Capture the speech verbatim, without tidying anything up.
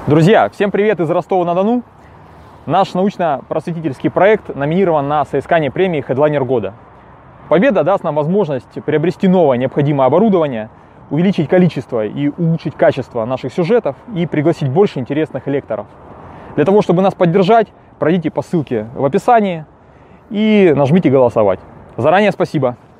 Друзья, всем привет из Ростова-на-Дону. Наш научно-просветительский проект номинирован на соискание премии «Хедлайнер года». Победа даст нам возможность приобрести новое необходимое оборудование, увеличить количество и улучшить качество наших сюжетов и пригласить больше интересных лекторов. Для того, чтобы нас поддержать, пройдите по ссылке в описании и нажмите «Голосовать». Заранее спасибо.